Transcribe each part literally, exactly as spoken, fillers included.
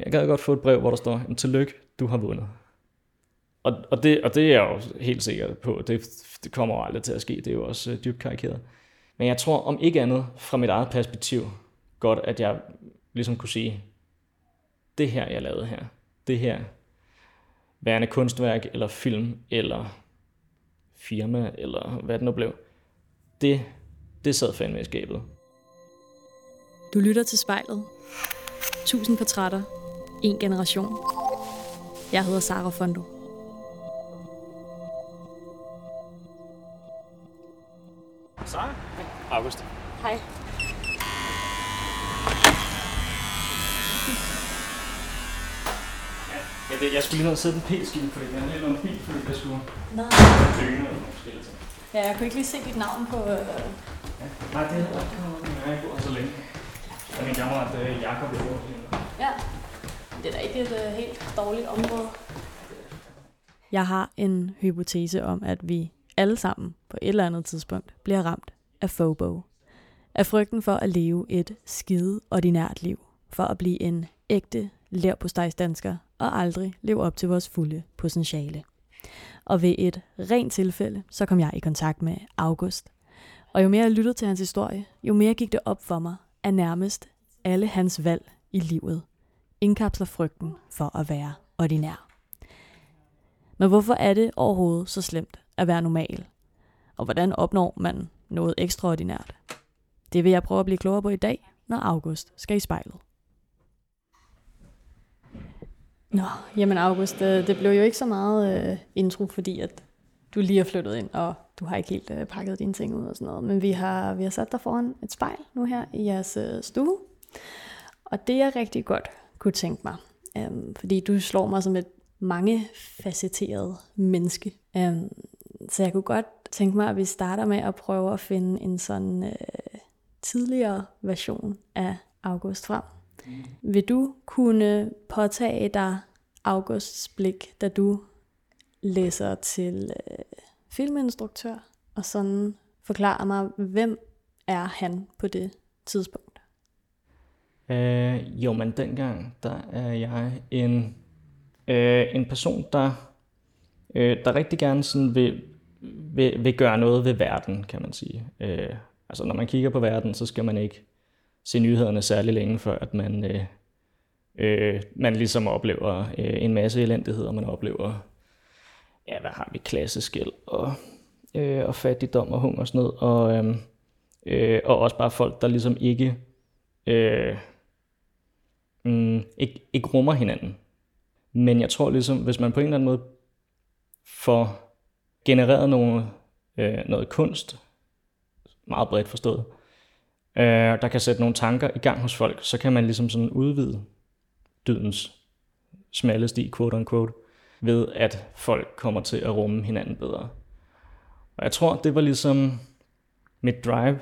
jeg gad godt få et brev, hvor der står, tillykke, du har vundet. Og, og, det, og det er jeg jo helt sikker på, det, det kommer jo aldrig til at ske, det er jo også øh, dybt karikeret. Men jeg tror om ikke andet, fra mit eget perspektiv, godt at jeg ligesom kunne sige, det her jeg lavede her, det her værende kunstværk, eller film, eller firma, eller hvad det nu blev, det, det sad fandme i skabet. Du lytter til Spejlet. Tusind portrætter. En generation. Jeg hedder Sara Fondo. Sara? August. Hej. Ja, det, jeg skulle lige have sætte en p-skive, fordi jeg har lidt noget bil, fordi jeg skulle Nej. dyne eller forskellige ting. Ja, jeg kunne ikke lige se dit navn på... Øh... Ja. Nej, det hedder ikke noget, men jeg har ikke boet så længe. Og min kammerat uh, Jakob er boet lige. Ja, det er da ikke et uh, helt dårligt område. Jeg har en hypotese om, at vi alle sammen på et eller andet tidspunkt bliver ramt af FOBO. Af frygten for at leve et skide ordinært liv. For at blive en ægte lerpostejsdansker og aldrig leve op til vores fulde potentiale. Og ved et rent tilfælde, så kom jeg i kontakt med August. Og jo mere jeg lyttede til hans historie, jo mere gik det op for mig, at nærmest alle hans valg i livet indkapsler frygten for at være ordinær. Men hvorfor er det overhovedet så slemt at være normal? Og hvordan opnår man noget ekstraordinært? Det vil jeg prøve at blive klogere på i dag, når August skal i spejlet. Nå, jamen August, det blev jo ikke så meget øh, intro, fordi at du lige er flyttet ind, og du har ikke helt øh, pakket dine ting ud og sådan noget. Men vi har, vi har sat dig foran et spejl nu her i jeres øh, stue. Og det jeg rigtig godt kunne tænke mig, øh, fordi du slår mig som et mangefacetteret menneske. Øh, så jeg kunne godt tænke mig, at vi starter med at prøve at finde en sådan øh, tidligere version af August frem. Mm. Vil du kunne påtage dig Augusts blik, da du læser til øh, filminstruktør, og sådan forklare mig, hvem er han på det tidspunkt? Øh, jo, men dengang, der er jeg en, øh, en person, der, øh, der rigtig gerne sådan vil, vil, vil gøre noget ved verden, kan man sige. Øh, altså, når man kigger på verden, så skal man ikke se nyhederne særlig længe, før at man, øh, øh, man ligesom oplever øh, en masse elendighed, og man oplever, ja, hvad har vi, klasseskel og, øh, og fattigdom og hungersnød, og, øh, øh, og også bare folk, der ligesom ikke, øh, mm, ikke, ikke rummer hinanden. Men jeg tror ligesom, hvis man på en eller anden måde får genereret nogle, øh, noget kunst, meget bredt forstået, øh, der kan sætte nogle tanker i gang hos folk, så kan man ligesom sådan udvide dydens smalle sti, quote unquote, ved at folk kommer til at rumme hinanden bedre. Og jeg tror, det var ligesom mit drive.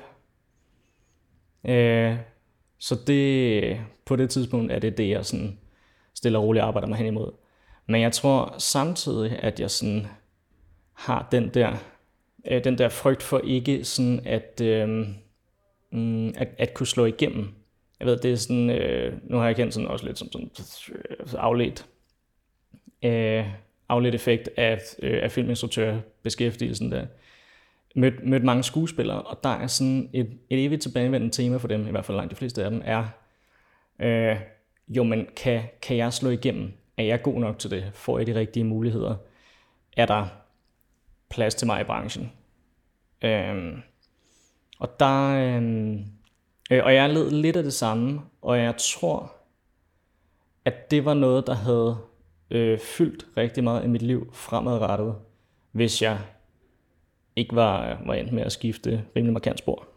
Øh, så det, på det tidspunkt er det det, jeg sådan stille og roligt arbejder mig hen imod. Men jeg tror samtidig, at jeg sådan har den der, øh, den der frygt for ikke sådan at, øh, mm, at, at kunne slå igennem. Jeg ved, det er sådan, øh, nu har jeg kendt sådan også lidt som sådan afledt, øh, afledt effekt af, øh, af filminstruktørbeskæftigelsen der. Mødt, mødt mange skuespillere, og der er sådan et, et evigt tilbagevendende tema for dem, i hvert fald langt de fleste af dem, er, øh, jo, men kan, kan jeg slå igennem? Er jeg god nok til det? Får jeg de rigtige muligheder? Er der plads til mig i branchen? Øh, og der, øh, øh, og jeg led lidt af det samme, og jeg tror, at det var noget, der havde øh, fyldt rigtig meget i mit liv fremadrettet, hvis jeg ikke var, var endt med at skifte rimelig markant spor.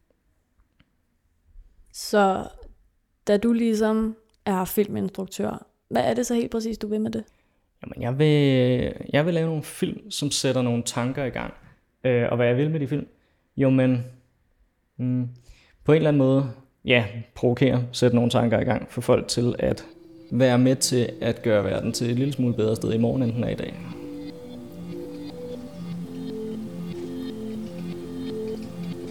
Så da du ligesom er filminstruktør, hvad er det så helt præcis, du vil med det? Jamen, jeg vil, jeg vil lave nogle film, som sætter nogle tanker i gang. Øh, og hvad jeg vil med de film? Jo, men mm, på en eller anden måde, ja, provokere, sætte nogle tanker i gang for folk til at være med til at gøre verden til et lille smule bedre sted i morgen, end den er i dag.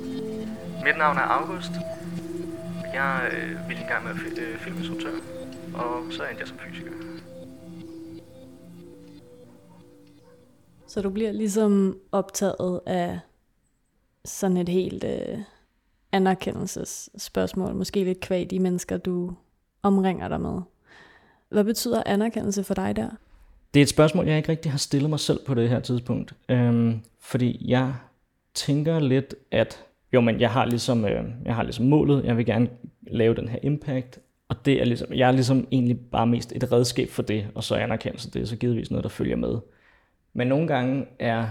Mit navn er August. Jeg øh, vil i gang med at fi- øh, filminstruktør. og så endte jeg som fysiker. Så du bliver ligesom optaget af sådan et helt øh, anerkendelsesspørgsmål, måske lidt kvad de mennesker, du omringer dig med. Hvad betyder anerkendelse for dig der? Det er et spørgsmål, jeg ikke rigtig har stillet mig selv på det her tidspunkt. Øhm, fordi jeg tænker lidt, at jo, men jeg har ligesom, øh, jeg har ligesom målet, jeg vil gerne lave den her impact, og det er ligesom, jeg er ligesom egentlig bare mest et redskab for det, og så anerkendelse, det er så givetvis noget, der følger med. Men nogle gange er,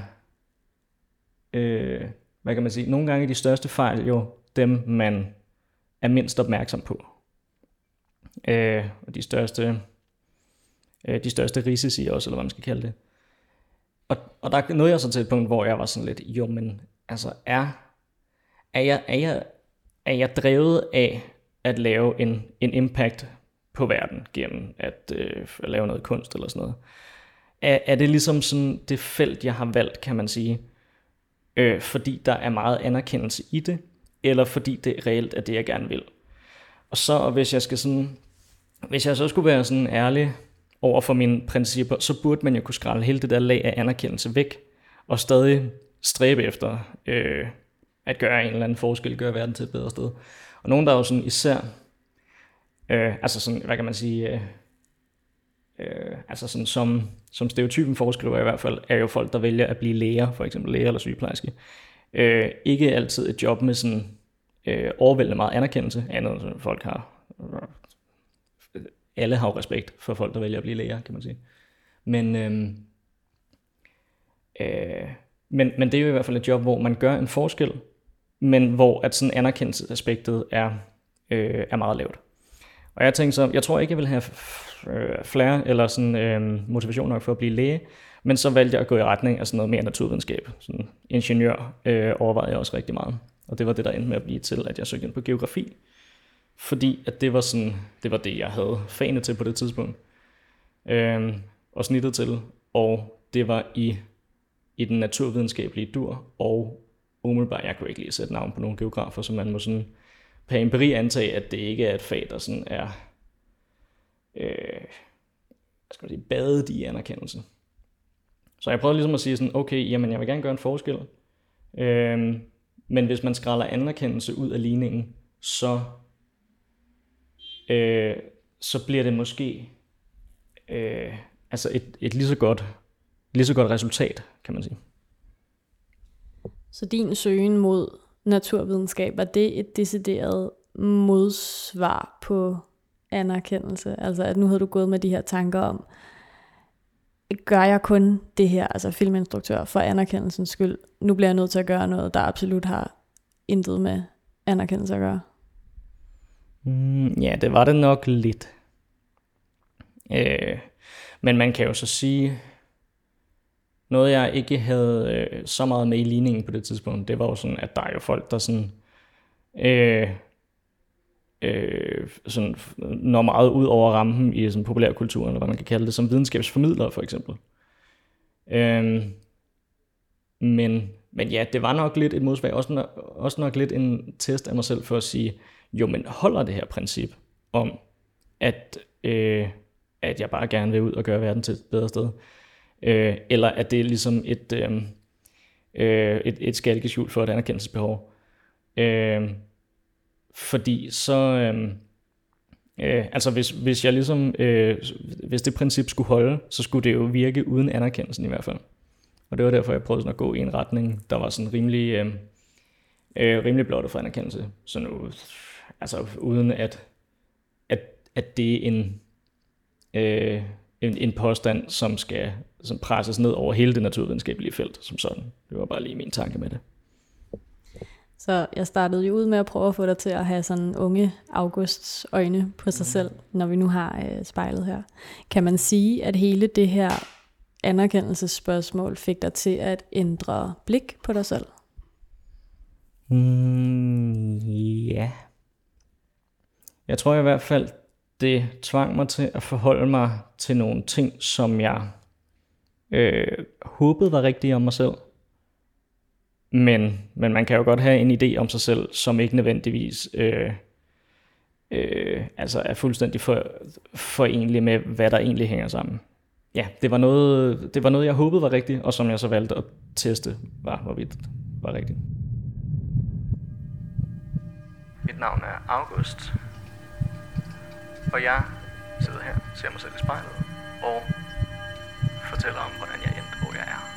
øh, hvad kan man sige, nogle gange er de største fejl jo dem, man er mindst opmærksom på. Øh, og de største, øh, de største risici også, eller hvad man skal kalde det. Og, og der nåede jeg så til et punkt, hvor jeg var sådan lidt, jo, men altså er, er, jeg, er, jeg, er jeg drevet af at lave en, en impact på verden gennem at, øh, at lave noget kunst eller sådan noget? Er, er det ligesom sådan det felt, jeg har valgt, kan man sige, øh, fordi der er meget anerkendelse i det, eller fordi det reelt er det, jeg gerne vil? Og så, og hvis jeg skal sådan, hvis jeg så skulle være sådan ærlig over for mine principper, så burde man jo kunne skrælle hele det der lag af anerkendelse væk, og stadig stræbe efter øh, at gøre en eller anden forskel, gøre verden til et bedre sted. Og nogen, der er jo sådan især, øh, altså sådan, hvad kan man sige, øh, øh, altså sådan som, som stereotypen foreskriver i hvert fald, er jo folk, der vælger at blive læger, for eksempel læger eller sygeplejerske. Øh, ikke altid et job med sådan øh, overvældende meget anerkendelse, andet end folk har, øh, alle har jo respekt for folk, der vælger at blive læger, kan man sige. Men, øh, øh, men, men det er jo i hvert fald et job, hvor man gør en forskel, men hvor at sådan anerkendelsesaspektet er, øh, er meget lavt. Og jeg tænkte så, jeg tror ikke, jeg vil have øh, flere eller sådan øh, motivation nok for at blive læge, men så valgte jeg at gå i retning af sådan noget mere naturvidenskab. Sådan ingeniør øh, overvejede jeg også rigtig meget. Og det var det, der endte med at blive til, at jeg søgte ind på geografi. Fordi at det var sådan, det var det, jeg havde fagene til på det tidspunkt. Øh, og snittet til. Og det var i, i den naturvidenskabelige dur. Og umiddelbart, jeg kunne ikke lige sætte navn på nogle geografer, så man må sådan per empiri antage, at det ikke er et fag, der sådan er øh, hvad skal man sige, badet i anerkendelse. Så jeg prøvede ligesom at sige sådan, okay, jamen jeg vil gerne gøre en forskel, øh, men hvis man skræller anerkendelse ud af ligningen, så, øh, så bliver det måske øh, altså et, et lige så godt, lige så godt resultat, kan man sige. Så din søgen mod naturvidenskab, er det et decideret modsvar på anerkendelse? Altså at nu havde du gået med de her tanker om, gør jeg kun det her, altså filminstruktør, for anerkendelsens skyld? Nu bliver jeg nødt til at gøre noget, der absolut har intet med anerkendelse at gøre. Mm, ja, det var det nok lidt. Øh, men man kan jo så sige, noget jeg ikke havde øh, så meget med i ligningen på det tidspunkt, det var jo sådan, at der er jo folk, der sådan, øh, øh, sådan når meget ud over rampen i sådan populærkulturen, eller hvad man kan kalde det, som videnskabsformidlere for eksempel. Øh, men, men ja, det var nok lidt et modsvar, også nok, også nok lidt en test af mig selv for at sige, jo, men holder det her princip om, at, øh, at jeg bare gerne vil ud og gøre verden til et bedre sted? Øh, eller er det ligesom et, øh, øh, et, et skalkeskjul for et anerkendelsesbehov? Øh, fordi så, øh, øh, altså hvis, hvis jeg ligesom, øh, hvis det princip skulle holde, så skulle det jo virke uden anerkendelsen i hvert fald. Og det var derfor, jeg prøvede sådan at gå i en retning, der var sådan rimelig, øh, øh, rimelig blottet for anerkendelse. Så nu, altså uden at, at, at det er en... Øh, En, en påstand, som skal som presses ned over hele det naturvidenskabelige felt som sådan. Det var bare lige min tanke med det. Så jeg startede jo ud med at prøve at få dig til at have sådan unge Augusts øjne på sig selv, når vi nu har øh, spejlet her. Kan man sige, at hele det her anerkendelsesspørgsmål fik dig til at ændre blik på dig selv? Mm, ja. Jeg tror i hvert fald, det tvang mig til at forholde mig til nogle ting, som jeg øh, håbede var rigtige om mig selv. Men, men man kan jo godt have en idé om sig selv, som ikke nødvendigvis øh, øh, altså er fuldstændig for, forenlig med, hvad der egentlig hænger sammen. Ja, det var noget, det var noget jeg håbede var rigtigt, og som jeg så valgte at teste, var, hvorvidt var rigtigt. Mit navn er August, og jeg sidder her, ser mig selv i spejlet, og fortæller om, hvordan jeg endte, hvor jeg er.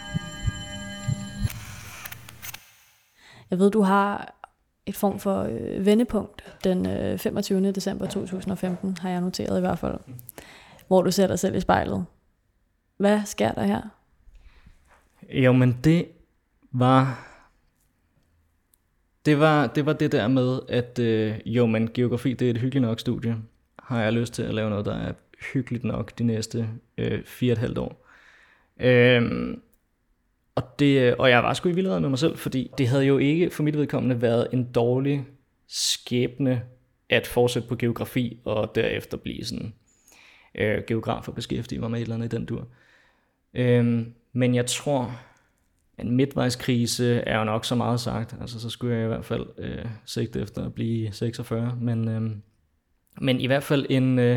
Jeg ved, du har et form for øh, vendepunkt den øh, femogtyvende december to tusind og femten, har jeg noteret i hvert fald, hvor du ser dig selv i spejlet. Hvad sker der her? Jo, men det var det var det var det der med, at øh, jo, men geografi, det er et hyggeligt nok studie. Har jeg lyst til at lave noget, der er hyggeligt nok de næste øh, fire og et halvt år. Øhm, og, det, og jeg var sgu i vildrede med mig selv, fordi det havde jo ikke for mit vedkommende været en dårlig skæbne at fortsætte på geografi, og derefter blive sådan øh, geograf og beskæftige mig med et eller andet i den dur. Øhm, men jeg tror, en midtvejskrise er jo nok så meget sagt. Altså så skulle jeg i hvert fald øh, sigte efter at blive seksogfyrre, men, øh, men i hvert fald en, øh,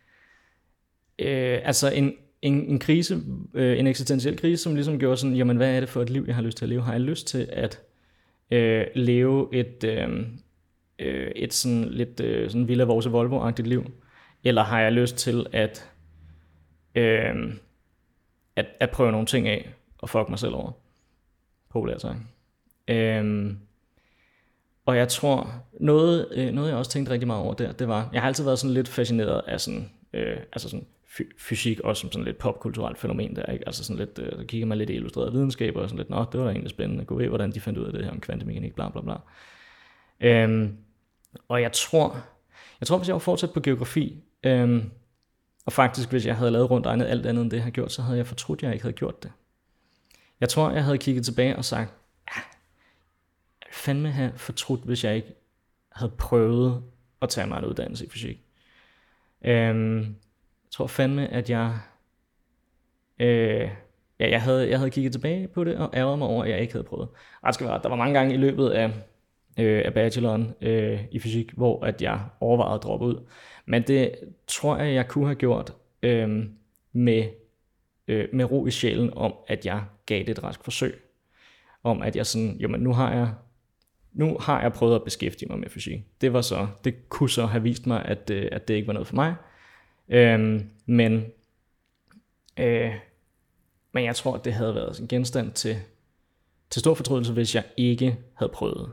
øh, altså en, en, en krise, øh, en eksistentiel krise, som ligesom gjorde sådan, jamen hvad er det for et liv, jeg har lyst til at leve? Har jeg lyst til at øh, leve et, øh, øh, et sådan lidt øh, sådan Villa Vorse Volvo-agtigt liv? Eller har jeg lyst til at, øh, at, at prøve nogle ting af og fuck mig selv over? Populært sagt. Øhm, og jeg tror, noget, øh, noget jeg også tænkte rigtig meget over der, det var, jeg har altid været sådan lidt fascineret af sådan, øh, altså sådan f- fysik, også som sådan lidt popkulturelt fænomen der, ikke? Altså sådan lidt, øh, der kigger man lidt i illustreret videnskab, og sådan lidt, nå, det var da egentlig spændende, gå ved, hvordan de fandt ud af det her om kvantemekanik, bla bla bla. Øhm, og jeg tror, jeg tror, hvis jeg var fortsat på geografi, øhm, og faktisk, hvis jeg havde lavet rundt regnet alt andet end det, jeg har gjort, så havde jeg fortrudt, at jeg ikke havde gjort det. Jeg tror, jeg havde kigget tilbage og sagt, ja, jeg ville fandme have fortrudt, hvis jeg ikke havde prøvet at tage mig en uddannelse i fysik. Øhm, jeg tror fandme, at jeg, øh, ja, jeg, havde, jeg havde kigget tilbage på det og ærget mig over, at jeg ikke havde prøvet. Ret skal være ret. Der var mange gange i løbet af, øh, af bacheloren øh, i fysik, hvor at jeg overvejede at droppe ud. Men det tror jeg, jeg kunne have gjort øh, med med ro i sjælen om, at jeg gav det et rask forsøg. Om at jeg sådan, jo, men nu har jeg, nu har jeg prøvet at beskæftige mig med fysik. Det var så, det kunne så have vist mig, at, at det ikke var noget for mig. Øhm, men, øh, men jeg tror, at det havde været en genstand til, til stor fortrydelse, hvis jeg ikke havde prøvet.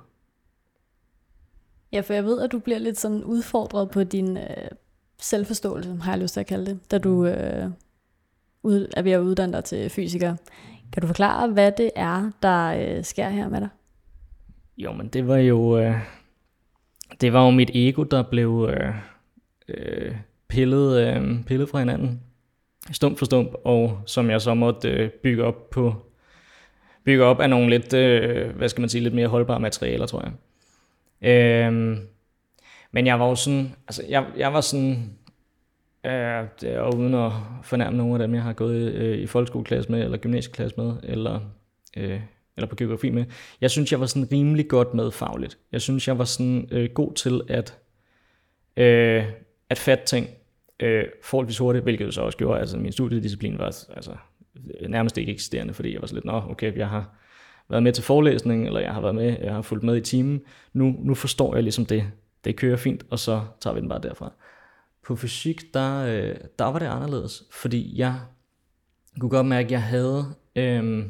Ja, for jeg ved, at du bliver lidt sådan udfordret på din øh, selvforståelse, har jeg lyst til at kalde det, da du øh, ud, er ved at uddanne dig til fysiker. Kan du forklare, hvad det er, der øh, sker her med dig? Jo, men det var jo, øh, det var jo mit ego, der blev øh, øh, pillet, øh, pillet fra hinanden, stump for stump, og som jeg så måtte øh, bygge op på, bygge op af nogle lidt, øh, hvad skal man sige, lidt mere holdbare materialer, tror jeg. Øh, men jeg var jo sådan, altså jeg, jeg var sådan, øh, og uden at fornærme nogen af dem, jeg har gået øh, i folkeskoleklasse med, eller gymnasieklasse med, eller øh, eller på geografi med. Jeg synes, jeg var sådan rimelig godt med fagligt. Jeg synes, jeg var sådan øh, god til at, øh, at fatte ting øh, forholdsvis hurtigt, hvilket så også gjorde, altså min studiedisciplin var altså, nærmest ikke eksisterende, fordi jeg var så lidt, nå, okay, jeg har været med til forelæsning, eller jeg har været med, jeg har fulgt med i timen. Nu, nu forstår jeg ligesom det. Det kører fint, og så tager vi den bare derfra. På fysik, der, øh, der var det anderledes, fordi jeg kunne godt mærke, at jeg havde øh,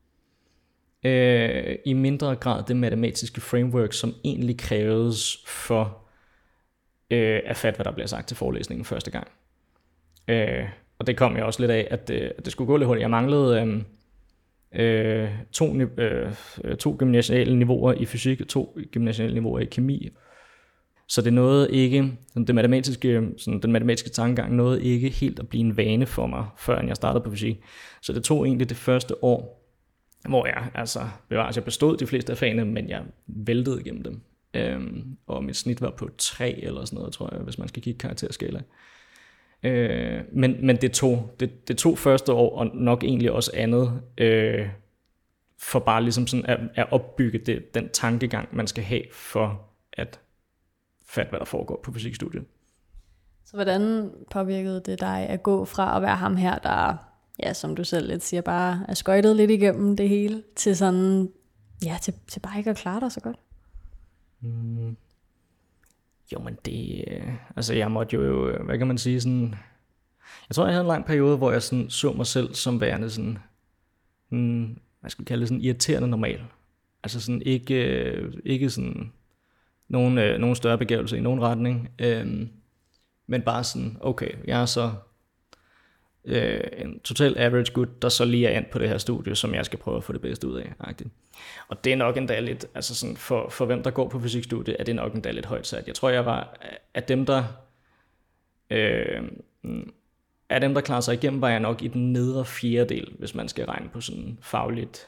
øh, i mindre grad det matematiske framework, som egentlig krævedes for øh, at fatte, hvad der bliver sagt til forelæsningen første gang. Øh, og det kom jeg også lidt af, at det, at det skulle gå lidt hurtigt. Jeg manglede øh, øh, to, øh, to gymnasiale niveauer i fysik og to gymnasiale niveauer i kemi. Så det nåede ikke, det matematiske, sådan den matematiske tankegang nåede ikke helt at blive en vane for mig, før jeg startede på fysik. Så det tog egentlig det første år, hvor jeg altså bevares, jeg bestod de fleste af fagene, men jeg væltede igennem dem. Øhm, og mit snit var på tre eller sådan noget, tror jeg, hvis man skal kigge karakterskala. Øh, men men det, tog, det, det tog første år, og nok egentlig også andet, øh, for bare ligesom sådan at, at opbygge det, den tankegang, man skal have for at fat, hvad der foregår på fysikstudiet. Så hvordan påvirkede det dig at gå fra at være ham her, der, ja, som du selv lidt siger, bare er skøjtet lidt igennem det hele, til sådan, ja, til, til bare ikke at klare dig så godt? Mm. Jo, men det, altså jeg måtte jo, hvad kan man sige, sådan, jeg tror, jeg havde en lang periode, hvor jeg sådan så mig selv som værende sådan, hmm, hvad skal vi kalde det, sådan irriterende normal. Altså sådan ikke, ikke sådan nogen, øh, nogen større begævelse i nogen retning, øh, men bare sådan, okay, jeg er så øh, en total average gut, der så lige er ind på det her studie, som jeg skal prøve at få det bedste ud af. Agtigt. Og det er nok endda lidt, altså sådan for, for hvem der går på fysikstudiet, er det nok endda lidt højt sat. Jeg tror, jeg var af dem, der øh, af dem, der klarer sig igennem, var jeg nok i den nedre fjerdedel, hvis man skal regne på sådan fagligt,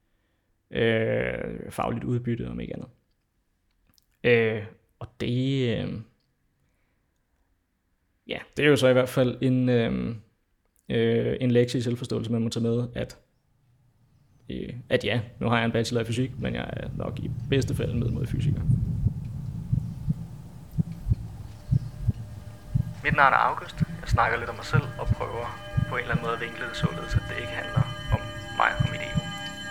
øh, fagligt udbytte, om ikke andet. Øh, og det, øh, ja, det er jo så i hvert fald en, øh, øh, en lektie i selvforståelse, man må tage med, at, øh, at ja, nu har jeg en bachelor i fysik, men jeg er nok i bedste fald med mod fysiker. Mit navn er August. Jeg snakker lidt om mig selv og prøver på en eller anden måde at vinkle det således, at det ikke handler om mig og mit ego.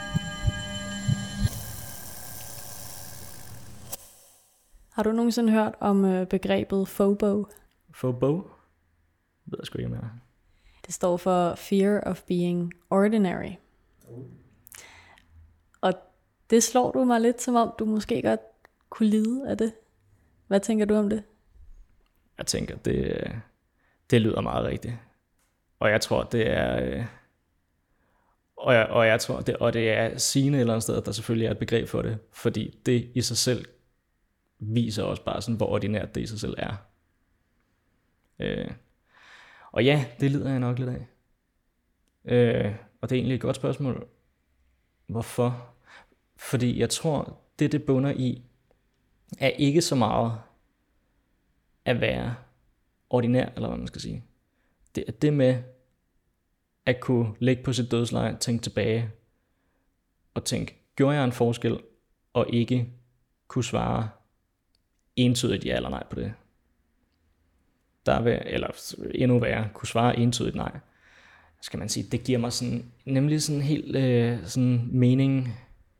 Har du nogensinde hørt om øh, begrebet FOBO? FOBO? Det ved jeg sgu ikke mere. Det står for Fear of Being Ordinary. Uh. Og det slår du mig lidt, som om du måske godt kunne lide af det. Hvad tænker du om det? Jeg tænker, det, det lyder meget rigtigt. Og jeg tror, det er... Og jeg, og jeg tror, det, og det er sigende et eller andet sted, at der selvfølgelig er et begreb for det. Fordi det i sig selv viser også bare sådan, hvor ordinært det i sig selv er. Øh, og ja, det lider jeg nok lidt af. Øh, og det er egentlig et godt spørgsmål. Hvorfor? Fordi jeg tror, det det bunder i, er ikke så meget at være ordinær, eller hvad man skal sige. Det er det med at kunne ligge på sit dødsleje, tænke tilbage og tænke, gjorde jeg en forskel, og ikke kunne svare entydigt ja eller nej på det. Der vil, eller endnu værre, kunne svare entydigt nej. Skal man sige, det giver mig sådan, nemlig sådan helt øh, sådan mening,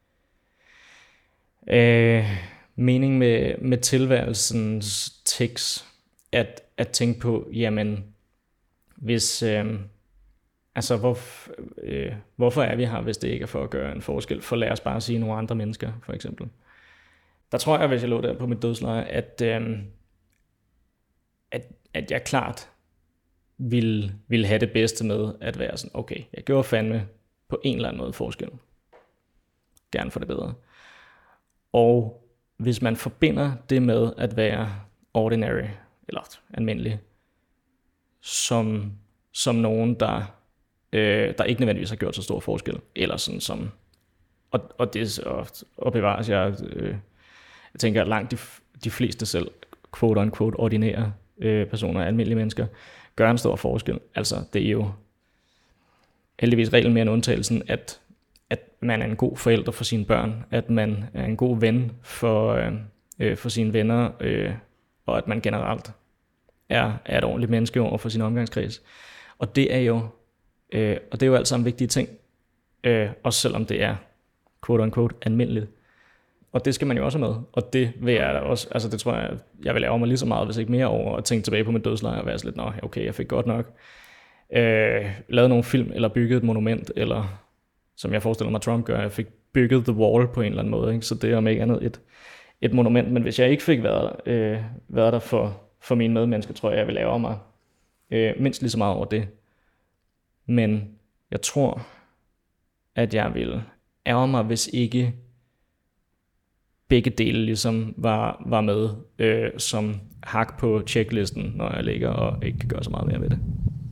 øh, mening med, med tilværelsens tekst, at, at tænke på, jamen, hvis, øh, altså, hvor, øh, hvorfor er vi her, hvis det ikke er for at gøre en forskel, for lad os bare sige nogle andre mennesker, for eksempel. Der tror jeg, hvis jeg lå der på mit dødsleje, at, øh, at, at jeg klart ville, ville have det bedste med at være sådan, okay, jeg gjorde fandme på en eller anden måde forskel. Gerne for det bedre. Og hvis man forbinder det med at være ordinary, eller almindelig, som, som nogen, der, øh, der ikke nødvendigvis har gjort så stor forskel, eller sådan som, og, og det og, og bevares, jeg, øh, jeg tænker, at langt de, de fleste selv, quote unquote, ordinære øh, personer, almindelige mennesker, gør en stor forskel. Altså, det er jo heldigvis reglen mere end undtagelsen, at, at man er en god forælder for sine børn, at man er en god ven for, øh, for sine venner, øh, og at man generelt er, er et ordentligt menneske over for sin omgangskreds. Og det er jo, øh, og det er jo alt sammen vigtige ting, øh, også selvom det er quote unquote almindeligt. Og det skal man jo også have med, og det vil jeg da også, altså det tror jeg, jeg vil lave mig lige så meget, hvis ikke mere over, at tænke tilbage på mit dødsleje og være sådan lidt, nå, okay, jeg fik godt nok øh, lavet nogle film, eller bygget et monument, eller som jeg forestiller mig, Trump gør, jeg fik bygget The Wall på en eller anden måde, ikke? Så det er om ikke andet et, et monument, men hvis jeg ikke fik været, øh, været der for, for mine medmennesker, tror jeg, jeg vil lave mig øh, mindst lige så meget over det. Men jeg tror, at jeg vil ærge mig, hvis ikke begge dele ligesom var, var med øh, som hak på checklisten, når jeg ligger og ikke kan gøre så meget mere ved det.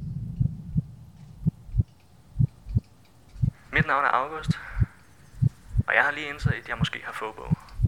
Mit navn er August, og jeg har lige indset, at jeg måske har FOBO.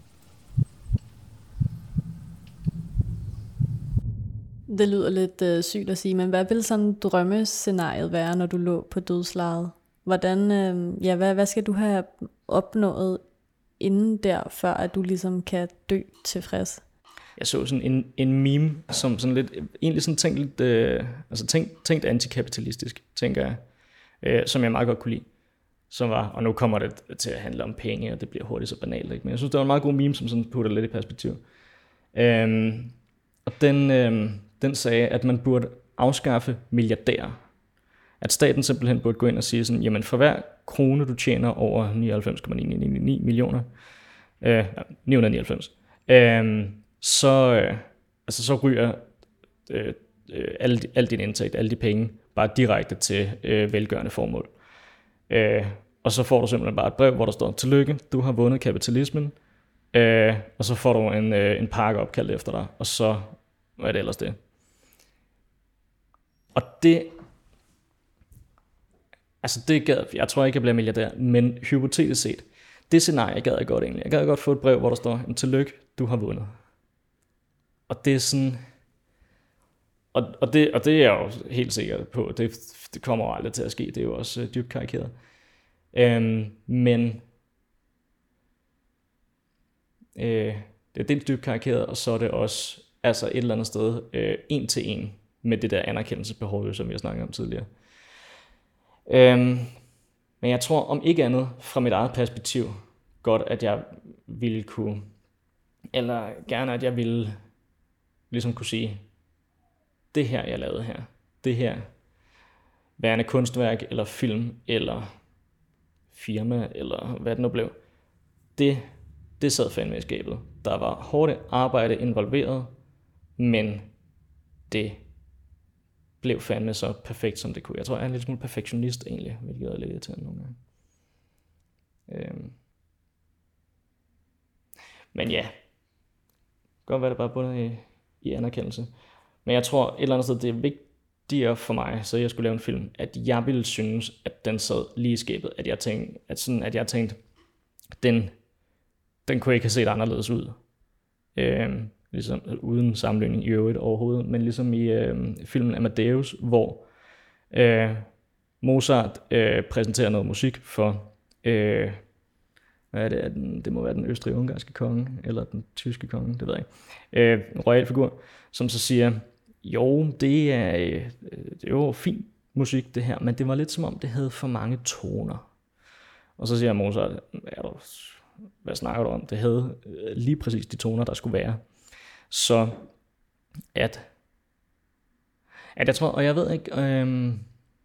Det lyder lidt øh, sygt at sige, men hvad vil sådan drømmescenariet være, når du lå på dødslejet? Hvordan, øh, ja, hvad, hvad skal du have opnået inden der, før at du ligesom kan dø tilfreds? jeg så sådan en, en meme, som sådan lidt, egentlig sådan tænkt lidt, øh, altså tænkt, tænkt antikapitalistisk, tænker jeg, øh, som jeg meget godt kunne lide. Som var, og nu kommer det til at handle om penge, og det bliver hurtigt så banalt, ikke? Men jeg synes, det var en meget god meme, som sådan putter lidt i perspektiv. Øhm, og den, øhm, den sagde, at man burde afskaffe milliardærer. At staten simpelthen burde gå ind og sige sådan, jamen for hver krone, du tjener over nioghalvfems komma ni ni ni millioner, øh, ni hundrede nioghalvfems, øh, så, øh, altså, så ryger øh, øh, al, al din indtægt, alle de penge, bare direkte til øh, velgørende formål. Øh, og så får du simpelthen bare et brev, hvor der står, tillykke, du har vundet kapitalismen, øh, og så får du en, øh, en pakke opkaldt efter dig, og så er det ellers det. Og det, altså det gad, jeg tror ikke, jeg bliver milliardær, men hypotetisk set, det scenarie gad jeg godt egentlig. Jeg gad godt få et brev, hvor der står, tillykke, du har vundet. Og det er sådan, og, og, det, og det er jeg jo helt sikker på, det, det kommer aldrig til at ske, det er jo også øh, dybt karikeret. Øhm, men øh, det er dels dybt karikeret, og så er det også altså et eller andet sted øh, en til en med det der anerkendelsesbehov, som vi har snakket om tidligere. Øhm, men jeg tror om ikke andet fra mit eget perspektiv godt, at jeg ville kunne, eller gerne at jeg ville ligesom kunne sige, det her jeg lavede her, det her værende kunstværk eller film eller firma eller hvad det nu blev, det, det sad fandme i skabet. Der var hårdt arbejde involveret, men det blev fandme så perfekt, som det kunne. Jeg tror, jeg er en lille smule perfektionist egentlig, hvilket er lidt irriterende nogle gange. Øhm. Men ja, godt være det bare bundet i, i anerkendelse. Men jeg tror et eller andet sted, det er vigtigere for mig, så jeg skulle lave en film, at jeg ville synes, at den sad lige i skabet, at jeg tænkte, at sådan, at jeg tænkte, den, den kunne ikke have set anderledes ud. Øhm. Ligesom, uden sammenligning i øvrigt overhovedet, men ligesom i øh, filmen Amadeus, hvor øh, Mozart øh, præsenterer noget musik for, øh, hvad er det, den, det må være den østrig-ungarske konge, eller den tyske konge, det ved jeg ikke, øh, en royal figur, som så siger, jo, det er, øh, det er jo fin musik det her, men det var lidt som om, det havde for mange toner. Og så siger Mozart, hvad snakker du om? Det havde lige præcis de toner, der skulle være. Så at, at jeg tror, og jeg ved ikke, øhm,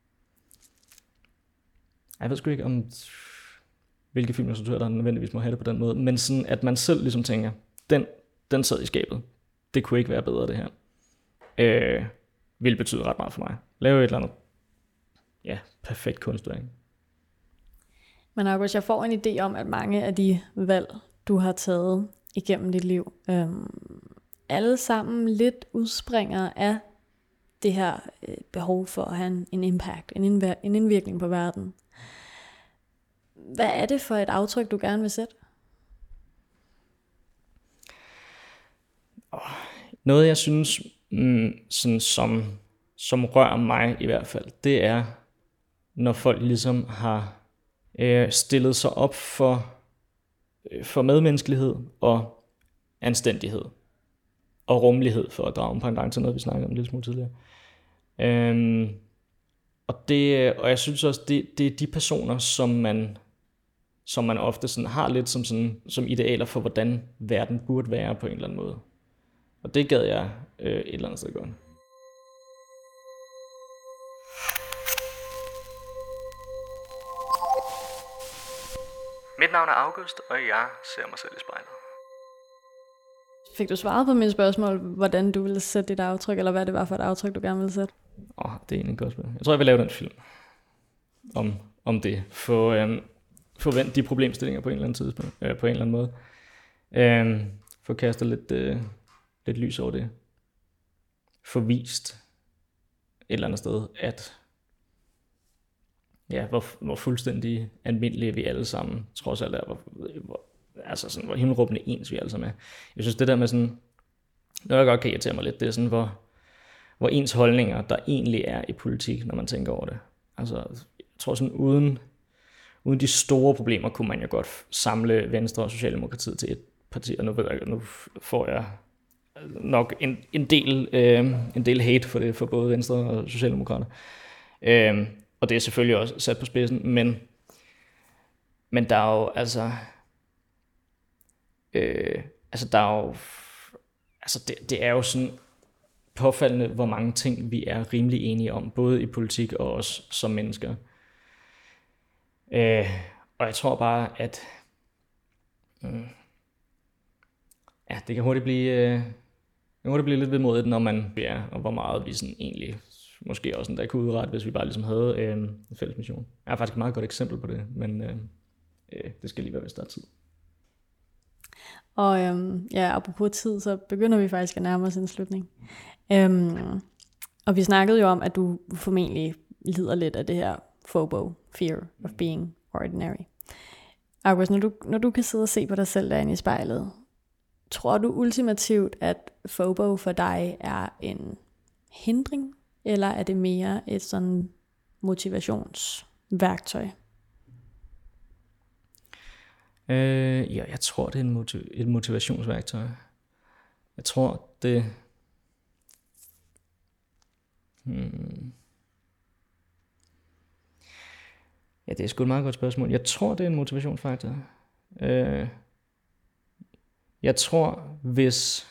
jeg ved sgu ikke om, hvilke filminstruktører, der nødvendigvis må have det på den måde, men sådan, at man selv ligesom tænker, den, den sad i skabet, det kunne ikke være bedre det her, øh, vil betyde ret meget for mig. Lave et eller andet, ja, perfekt kunstværk. Men August, jeg får en idé om, at mange af de valg, du har taget igennem dit liv, øhm, alle sammen lidt udspringer af det her øh, behov for at have en, en impact, en, indvir- en indvirkning på verden. Hvad er det for et aftryk, du gerne vil sætte? Noget, jeg synes, mm, sådan som, som rører mig i hvert fald, det er, når folk ligesom har øh, stillet sig op for, øh, for medmenneskelighed og anstændighed. Og rummelighed, for at drage en pendant til noget, vi snakkede om en lille smule tidligere. Øhm, og, det, og jeg synes også, det, det er de personer, som man, som man ofte sådan har lidt som, sådan, som idealer for, hvordan verden burde være på en eller anden måde. Og det gad jeg øh, et eller andet sted godt. Mit navn er August, og jeg ser mig selv i spejlet. Fik du svaret på mit spørgsmål, hvordan du ville sætte dit aftryk, eller hvad det var for et aftryk, du gerne ville sætte? Åh, oh, det er egentlig et godt spørgsmål. Jeg tror, jeg vil lave den film om, om det. Få, øhm, få vendt de problemstillinger på en eller anden tidspunkt, øh, på en eller anden måde. Øhm, få kastet lidt, øh, lidt lys over det. Få vist et eller andet sted, at ja, hvor, hvor fuldstændig almindelige vi alle sammen trods alt er, hvor, hvor altså sådan, hvor himmelråbende ens vi alle sammen er. Jeg synes, det der med sådan, noget jeg godt kan irritere mig lidt, det er sådan, hvor, hvor ens holdninger, der egentlig er i politik, når man tænker over det. Altså, jeg tror sådan, uden, uden de store problemer, kunne man jo godt samle Venstre og Socialdemokratiet til et parti, og nu, ved jeg, nu får jeg nok en, en, del, øh, en del hate for det, for både Venstre og Socialdemokrater. Øh, og det er selvfølgelig også sat på spidsen, men, men der er jo altså, øh, altså der er jo, altså det, det er jo sådan påfaldende, hvor mange ting vi er rimelig enige om, både i politik og også som mennesker. Øh, og jeg tror bare, at øh, ja, det kan hurtigt blive, øh, det kan hurtigt blive lidt vemodigt, når man er, og hvor meget vi sådan egentlig måske også endda kunne udrette, hvis vi bare ligesom havde øh, en fælles mission. Jeg har faktisk et meget godt eksempel på det, men øh, øh, det skal lige være, hvis der er tid. Og øhm, ja, apropos tid, så begynder vi faktisk at nærme os en slutning. Øhm, og vi snakkede jo om, at du formentlig lider lidt af det her FOBO, fear of being ordinary. August, når du, når du kan sidde og se på dig selv derinde i spejlet, tror du ultimativt, at FOBO for dig er en hindring, eller er det mere et sådan motivationsværktøj? Øh, ja, jeg tror, det er en motiv- et motivationsværktøj. Jeg tror, det... Hmm. Ja, det er sgu et meget godt spørgsmål. Jeg tror, det er en motivationsfaktor. Øh, jeg tror, hvis...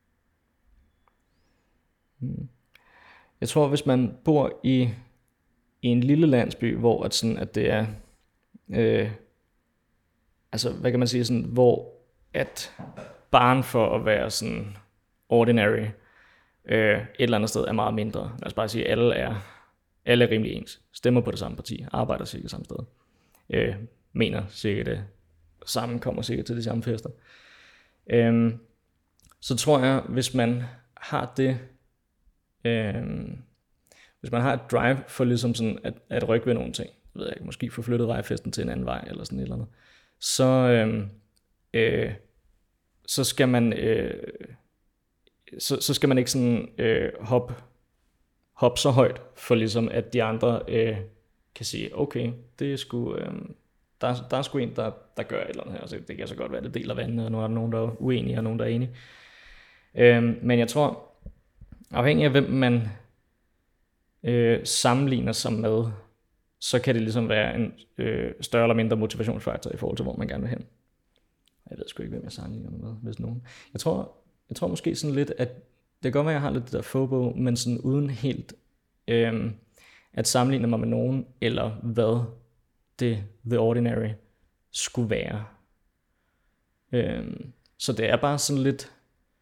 Hmm. Jeg tror, hvis man bor i, i en lille landsby, hvor at sådan, at det er... Øh, altså, hvad kan man sige, sådan, hvor at barn for at være sådan ordinary øh, et eller andet sted er meget mindre. Lad os bare sige, at alle er, alle er rimelig ens. Stemmer på det samme parti, arbejder sikkert samme sted. Øh, mener sikkert det samme, kommer sikkert til de samme fester. Øh, så tror jeg, hvis man har det, øh, hvis man har et drive for ligesom sådan at, at rykke ved nogle ting, ved jeg ikke, måske få flyttet vejfesten til en anden vej, eller sådan et eller andet, så, øh, øh, så skal man øh, så, så skal man ikke sådan øh, hoppe hop så højt, for ligesom at de andre øh, kan sige, okay, det er sgu, øh, der, der er sgu en, der, der gør et eller andet her, så det kan så godt være, det deler vandene, og nu er der nogen, der er uenige, og nogen, der er enige. Øh, men jeg tror, afhængig af hvem man øh, sammenligner sig med, så kan det ligesom være en øh, større eller mindre motivationsfaktor i forhold til, hvor man gerne vil hen. Jeg ved sgu ikke, hvem jeg sammenligner mig med, hvis nogen. Jeg tror, jeg tror måske sådan lidt, at det kan godt være, at jeg har lidt det der FOBO, men sådan uden helt øh, at sammenligne mig med nogen, eller hvad det The Ordinary skulle være. Øh, så det er bare sådan lidt...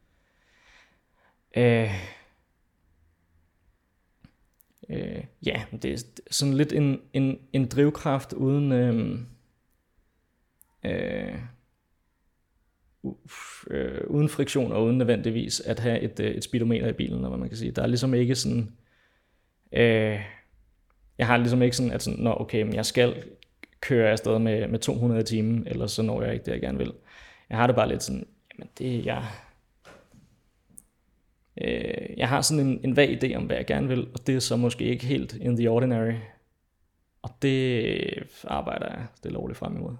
Øh, øh, ja, det er sådan lidt en, en, en drivkraft uden... Øh, øh, Øh, uden friktion og uden nødvendigvis at have et, et speedometer i bilen, eller hvad man kan sige. Der er ligesom ikke sådan, øh, jeg har ligesom ikke sådan, at sådan, nå okay, men jeg skal køre afsted med, med to hundrede i timen, eller så når jeg ikke det, jeg gerne vil. Jeg har det bare lidt sådan, jamen det jeg, øh, jeg har sådan en, en vag idé om, hvad jeg gerne vil, og det er så måske ikke helt in the ordinary, og det arbejder jeg stille og roligt frem imod.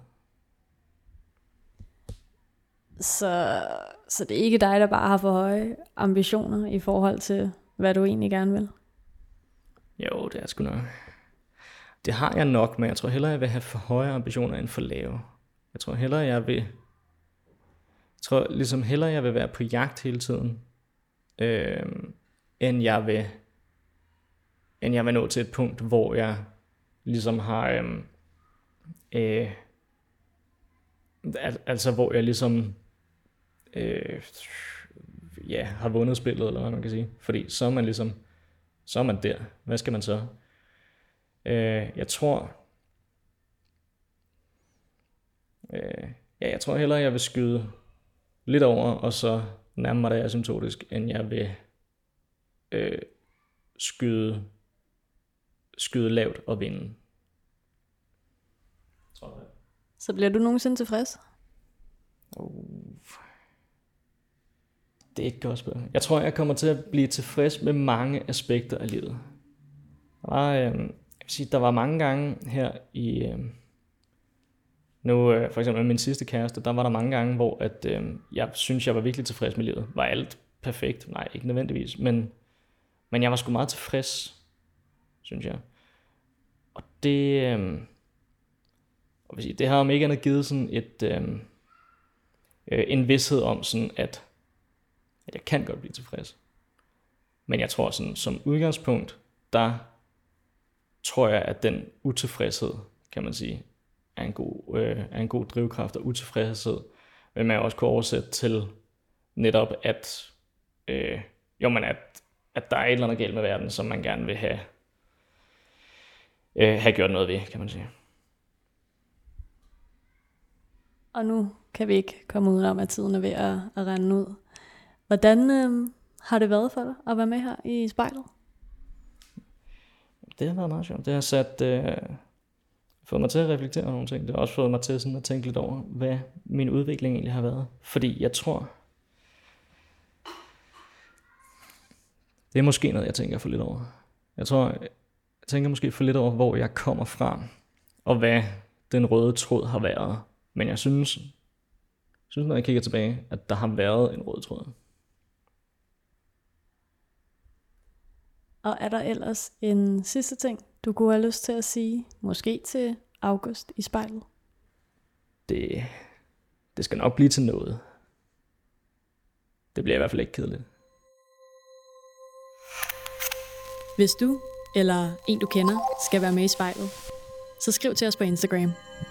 Så, så det er ikke dig, der bare har for høje ambitioner i forhold til, hvad du egentlig gerne vil? Jo, det er sgu nok. Det har jeg nok, men jeg tror hellere, jeg vil have for høje ambitioner end for lave. Jeg tror hellere, jeg vil... Jeg tror ligesom hellere, jeg vil være på jagt hele tiden, øh, end jeg vil... End jeg vil nå til et punkt, hvor jeg ligesom har... Øh, øh, al- altså, hvor jeg ligesom... Øh, ja, har vundet spillet, eller hvad man kan sige. Fordi så er man ligesom, så er man der. Hvad skal man så? Øh, jeg tror, øh, ja, jeg tror hellere, jeg vil skyde lidt over, og så nærme mig det asymptotisk, end jeg vil øh, skyde, skyde lavt og vinde. Tror jeg. Så bliver du nogensinde tilfreds? Oh. Det er ikke godt spørgsmål. Jeg tror, jeg kommer til at blive tilfreds med mange aspekter af livet. Der var, øh, jeg vil sige, der var mange gange her i... Øh, nu øh, for eksempel med min sidste kæreste, der var der mange gange, hvor at, øh, jeg synes, jeg var virkelig tilfreds med livet. Var alt perfekt. Nej, ikke nødvendigvis, men, men jeg var sgu meget tilfreds, synes jeg. Og det, øh, og vil sige, det har om ikke andet givet sådan et, øh, øh, en vidsthed om, sådan at, at jeg kan godt blive tilfreds. Men jeg tror sådan, som udgangspunkt, der tror jeg, at den utilfredshed, kan man sige, er en god, øh, er en god drivkraft, og utilfredshed vil man også kunne oversætte til netop, at, øh, jo, men at, at der er et eller andet galt med verden, som man gerne vil have, øh, have gjort noget ved, kan man sige. Og nu kan vi ikke komme ud om, at tiden er ved at, at rende ud. Hvordan øh, har det været for dig at være med her i spejlet? Det har været meget sjovt. Det har sat, øh, fået mig til at reflektere over nogle ting. Det har også fået mig til sådan at tænke lidt over, hvad min udvikling egentlig har været. Fordi jeg tror, det er måske noget, jeg tænker for lidt over. Jeg tror, jeg tænker måske for lidt over, hvor jeg kommer fra, og hvad den røde tråd har været. Men jeg synes, synes, når jeg kigger tilbage, at der har været en rød tråd. Og er der ellers en sidste ting, du kunne have lyst til at sige, måske til August i spejlet? Det, det skal nok blive til noget. Det bliver i hvert fald ikke kedeligt. Hvis du eller en du kender skal være med i spejlet, så skriv til os på Instagram.